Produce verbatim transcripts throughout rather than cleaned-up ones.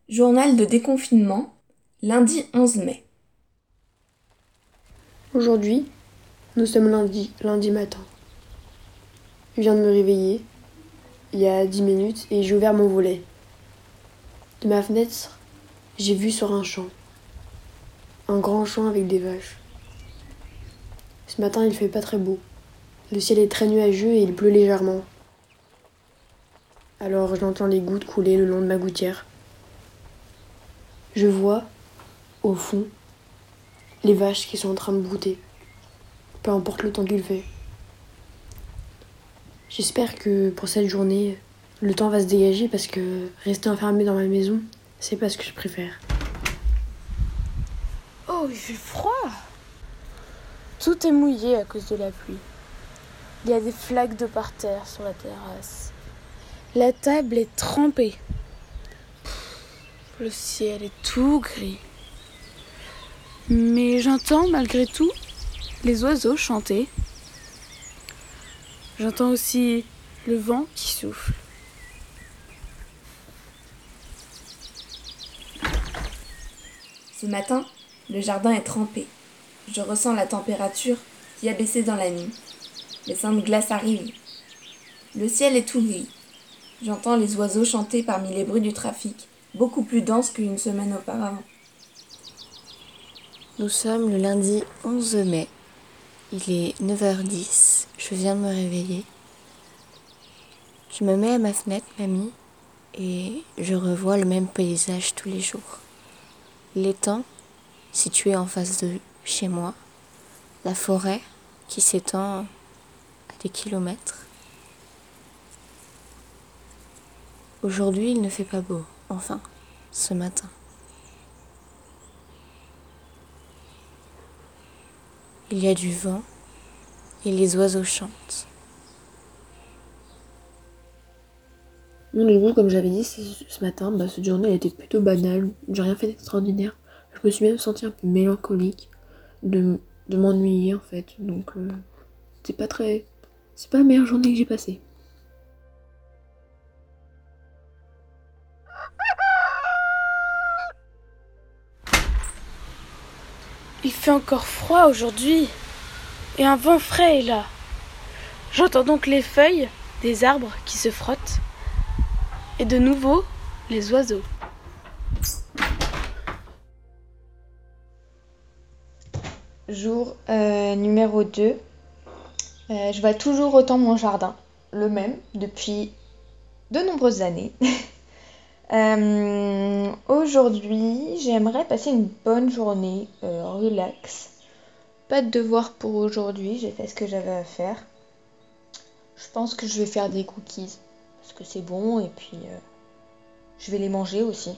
Journal de déconfinement, lundi onze mai. Aujourd'hui, nous sommes lundi, lundi matin. Je viens de me réveiller, il y a dix minutes, et j'ai ouvert mon volet. De ma fenêtre, j'ai vu sur un champ. Un grand champ avec des vaches. Ce matin, il fait pas très beau. Le ciel est très nuageux et il pleut légèrement. Alors j'entends les gouttes couler le long de ma gouttière. Je vois, au fond, les vaches qui sont en train de brouter. Peu importe le temps qu'il fait. J'espère que pour cette journée, le temps va se dégager parce que rester enfermé dans ma maison, c'est pas ce que je préfère. Oh, il fait froid. Tout est mouillé à cause de la pluie. Il y a des flaques d'eau par terre sur la terrasse. La table est trempée. Le ciel est tout gris. Mais j'entends malgré tout les oiseaux chanter. J'entends aussi le vent qui souffle. Ce matin, le jardin est trempé. Je ressens la température qui a baissé dans la nuit. Les seins de glace arrivent. Le ciel est tout gris. J'entends les oiseaux chanter parmi les bruits du trafic, beaucoup plus denses qu'une semaine auparavant. Nous sommes le lundi onze mai. Il est neuf heures dix. Je viens de me réveiller. Je me mets à ma fenêtre, mamie, et je revois le même paysage tous les jours. L'étang, situé en face de chez moi, la forêt qui s'étend à des kilomètres. Aujourd'hui, il ne fait pas beau, enfin, ce matin. Il y a du vent et les oiseaux chantent. Mon niveau, comme j'avais dit ce ce matin, bah, cette journée elle était plutôt banale. J'ai rien fait d'extraordinaire. Je me suis même sentie un peu mélancolique de, de m'ennuyer en fait. Donc euh, c'est pas très. C'est pas la meilleure journée que j'ai passée. Il fait encore froid aujourd'hui. Et un vent frais est là. J'entends donc les feuilles des arbres qui se frottent. Et de nouveau, les oiseaux. Jour euh, numéro deux. Euh, je vois toujours autant mon jardin, le même, depuis de nombreuses années. Euh, aujourd'hui, j'aimerais passer une bonne journée, euh, relax. Pas de devoir pour aujourd'hui, j'ai fait ce que j'avais à faire. Je pense que je vais faire des cookies, parce que c'est bon, et puis euh, je vais les manger aussi.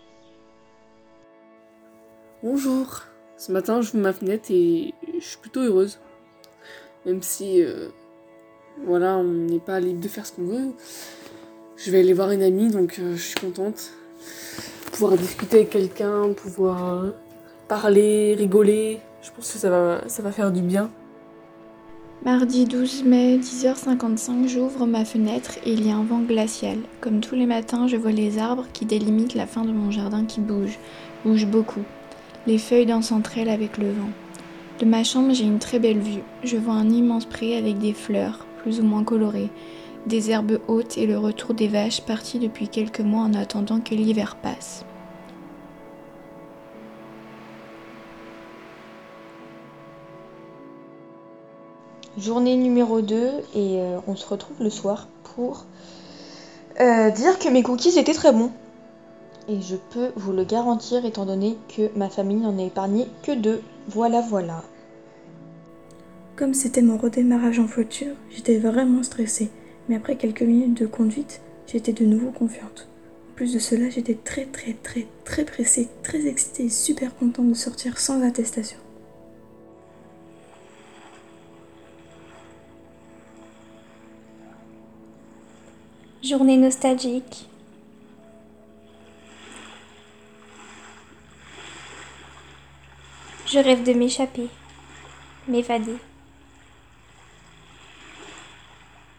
Bonjour. Ce matin, j'ouvre ma fenêtre et je suis plutôt heureuse. Même si, euh, voilà, on n'est pas libre de faire ce qu'on veut. Je vais aller voir une amie, donc euh, je suis contente. Pouvoir discuter avec quelqu'un, pouvoir euh, parler, rigoler. Je pense que ça va, ça va faire du bien. Mardi douze mai, dix heures cinquante-cinq, j'ouvre ma fenêtre et il y a un vent glacial. Comme tous les matins, je vois les arbres qui délimitent la fin de mon jardin qui bougent, bougent beaucoup. Les feuilles dansent entre elles avec le vent. De ma chambre, j'ai une très belle vue. Je vois un immense pré avec des fleurs, plus ou moins colorées, des herbes hautes et le retour des vaches parties depuis quelques mois en attendant que l'hiver passe. Journée numéro deux, et euh, on se retrouve le soir pour euh, dire que mes cookies étaient très bons. Et je peux vous le garantir étant donné que ma famille n'en a épargné que deux. Voilà, voilà. Comme c'était mon redémarrage en voiture, j'étais vraiment stressée, mais après quelques minutes de conduite, j'étais de nouveau confiante. En plus de cela, j'étais très très très très pressée, très excitée et super contente de sortir sans attestation. Journée nostalgique. Je rêve de m'échapper, m'évader.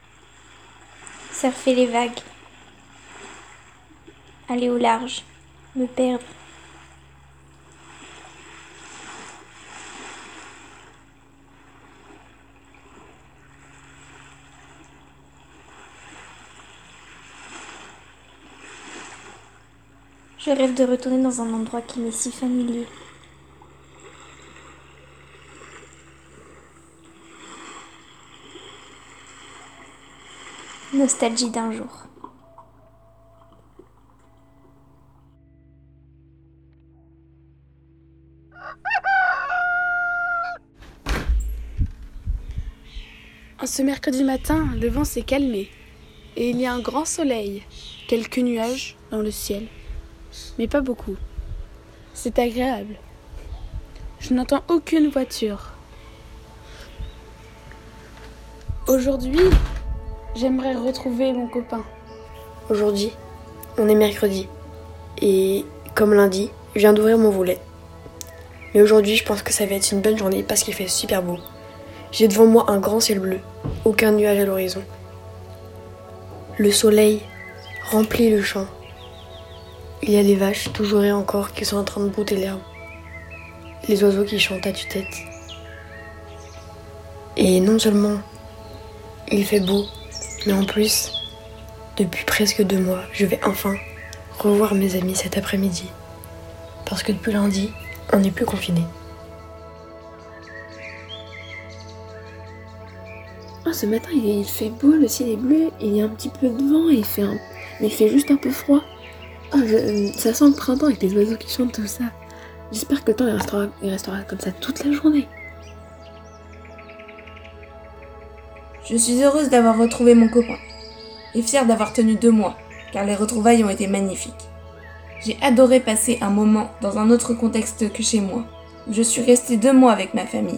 Surfer les vagues. Aller au large. me perdre. Je rêve de retourner dans un endroit qui m'est si familier. Nostalgie d'un jour. En ce mercredi matin, le vent s'est calmé et il y a un grand soleil, quelques nuages dans le ciel, mais pas beaucoup. C'est agréable. Je n'entends aucune voiture. Aujourd'hui, j'aimerais retrouver mon copain. Aujourd'hui, on est mercredi. Et comme lundi, je viens d'ouvrir mon volet. Mais aujourd'hui, je pense que ça va être une bonne journée parce qu'il fait super beau. J'ai devant moi un grand ciel bleu, aucun nuage à l'horizon. Le soleil remplit le champ. Il y a les vaches, toujours et encore, qui sont en train de brouter l'herbe. Les oiseaux qui chantent à tue-tête. Et non seulement il fait beau, mais en plus, depuis presque deux mois, je vais enfin revoir mes amis cet après-midi. Parce que depuis lundi, on n'est plus confinés. Oh, ce matin, il, il fait beau, le ciel est bleu, il y a un petit peu de vent, et il fait un... mais il fait juste un peu froid. Oh, je... Ça sent le printemps avec les oiseaux qui chantent, tout ça. J'espère que le temps il restera, il restera comme ça toute la journée. Je suis heureuse d'avoir retrouvé mon copain et fière d'avoir tenu deux mois, car les retrouvailles ont été magnifiques. J'ai adoré passer un moment dans un autre contexte que chez moi, où je suis restée deux mois avec ma famille.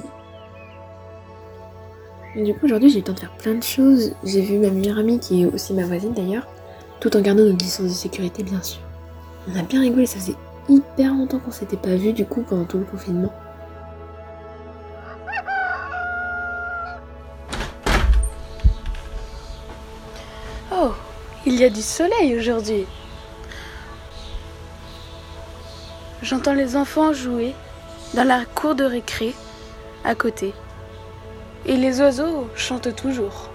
Et du coup, aujourd'hui, j'ai eu le temps de faire plein de choses. J'ai vu ma meilleure amie, qui est aussi ma voisine d'ailleurs, tout en gardant notre distance de sécurité, bien sûr. On a bien rigolé, ça faisait hyper longtemps qu'on s'était pas vus, du coup, pendant tout le confinement. Oh, il y a du soleil aujourd'hui. J'entends les enfants jouer dans la cour de récré à côté. Et les oiseaux chantent toujours.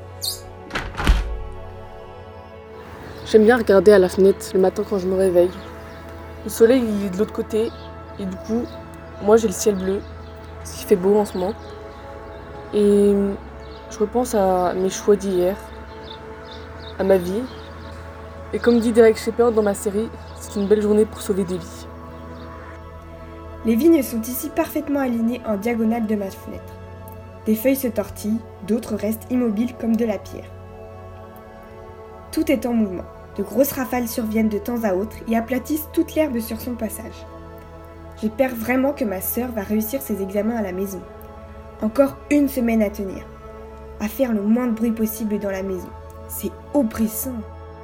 J'aime bien regarder à la fenêtre le matin quand je me réveille. Le soleil il est de l'autre côté et du coup, moi j'ai le ciel bleu, parce qu'il fait beau en ce moment. Et je repense à mes choix d'hier, à ma vie. Et comme dit Derek Shepherd dans ma série, c'est une belle journée pour sauver des vies. Les vignes sont ici parfaitement alignées en diagonale de ma fenêtre. Des feuilles se tortillent, d'autres restent immobiles comme de la pierre. Tout est en mouvement. De grosses rafales surviennent de temps à autre et aplatissent toute l'herbe sur son passage. J'espère vraiment que ma sœur va réussir ses examens à la maison. Encore une semaine à tenir. À faire le moins de bruit possible dans la maison. C'est oppressant.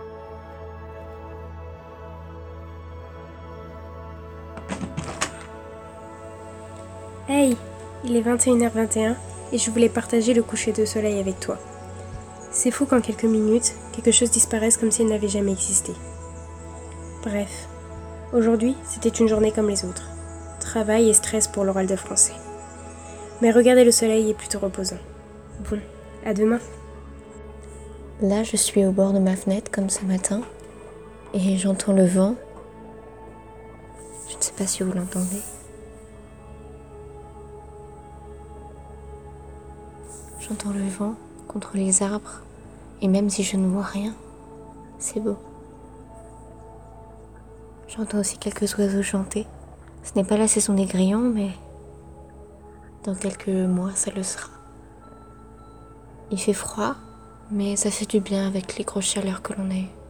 Hey, il est vingt et une heures vingt et un et je voulais partager le coucher de soleil avec toi. C'est fou qu'en quelques minutes, quelque chose disparaisse comme s'il n'avait jamais existé. Bref, aujourd'hui, c'était une journée comme les autres. Travail et stress pour l'oral de français. Mais regarder le soleil est plutôt reposant. Bon, à demain. Là, je suis au bord de ma fenêtre comme ce matin et j'entends le vent. Je ne sais pas si vous l'entendez. J'entends le vent contre les arbres et même si je ne vois rien, c'est beau. J'entends aussi quelques oiseaux chanter. Ce n'est pas la saison des grillons, mais dans quelques mois, ça le sera. Il fait froid, mais ça fait du bien avec les grosses chaleurs que l'on a eues.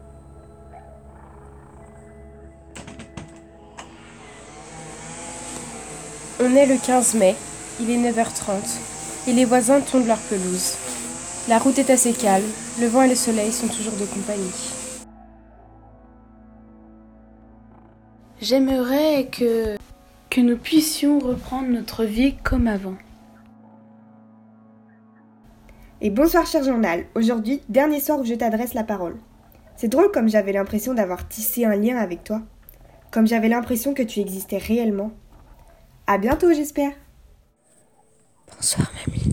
On est le quinze mai, il est neuf heures trente. Et les voisins tondent leur pelouse. La route est assez calme, le vent et le soleil sont toujours de compagnie. J'aimerais que, que nous puissions reprendre notre vie comme avant. Et bonsoir cher journal, aujourd'hui, dernier soir où je t'adresse la parole. C'est drôle comme j'avais l'impression d'avoir tissé un lien avec toi. comme j'avais l'impression que tu existais réellement. À bientôt, j'espère. Bonsoir, mamie.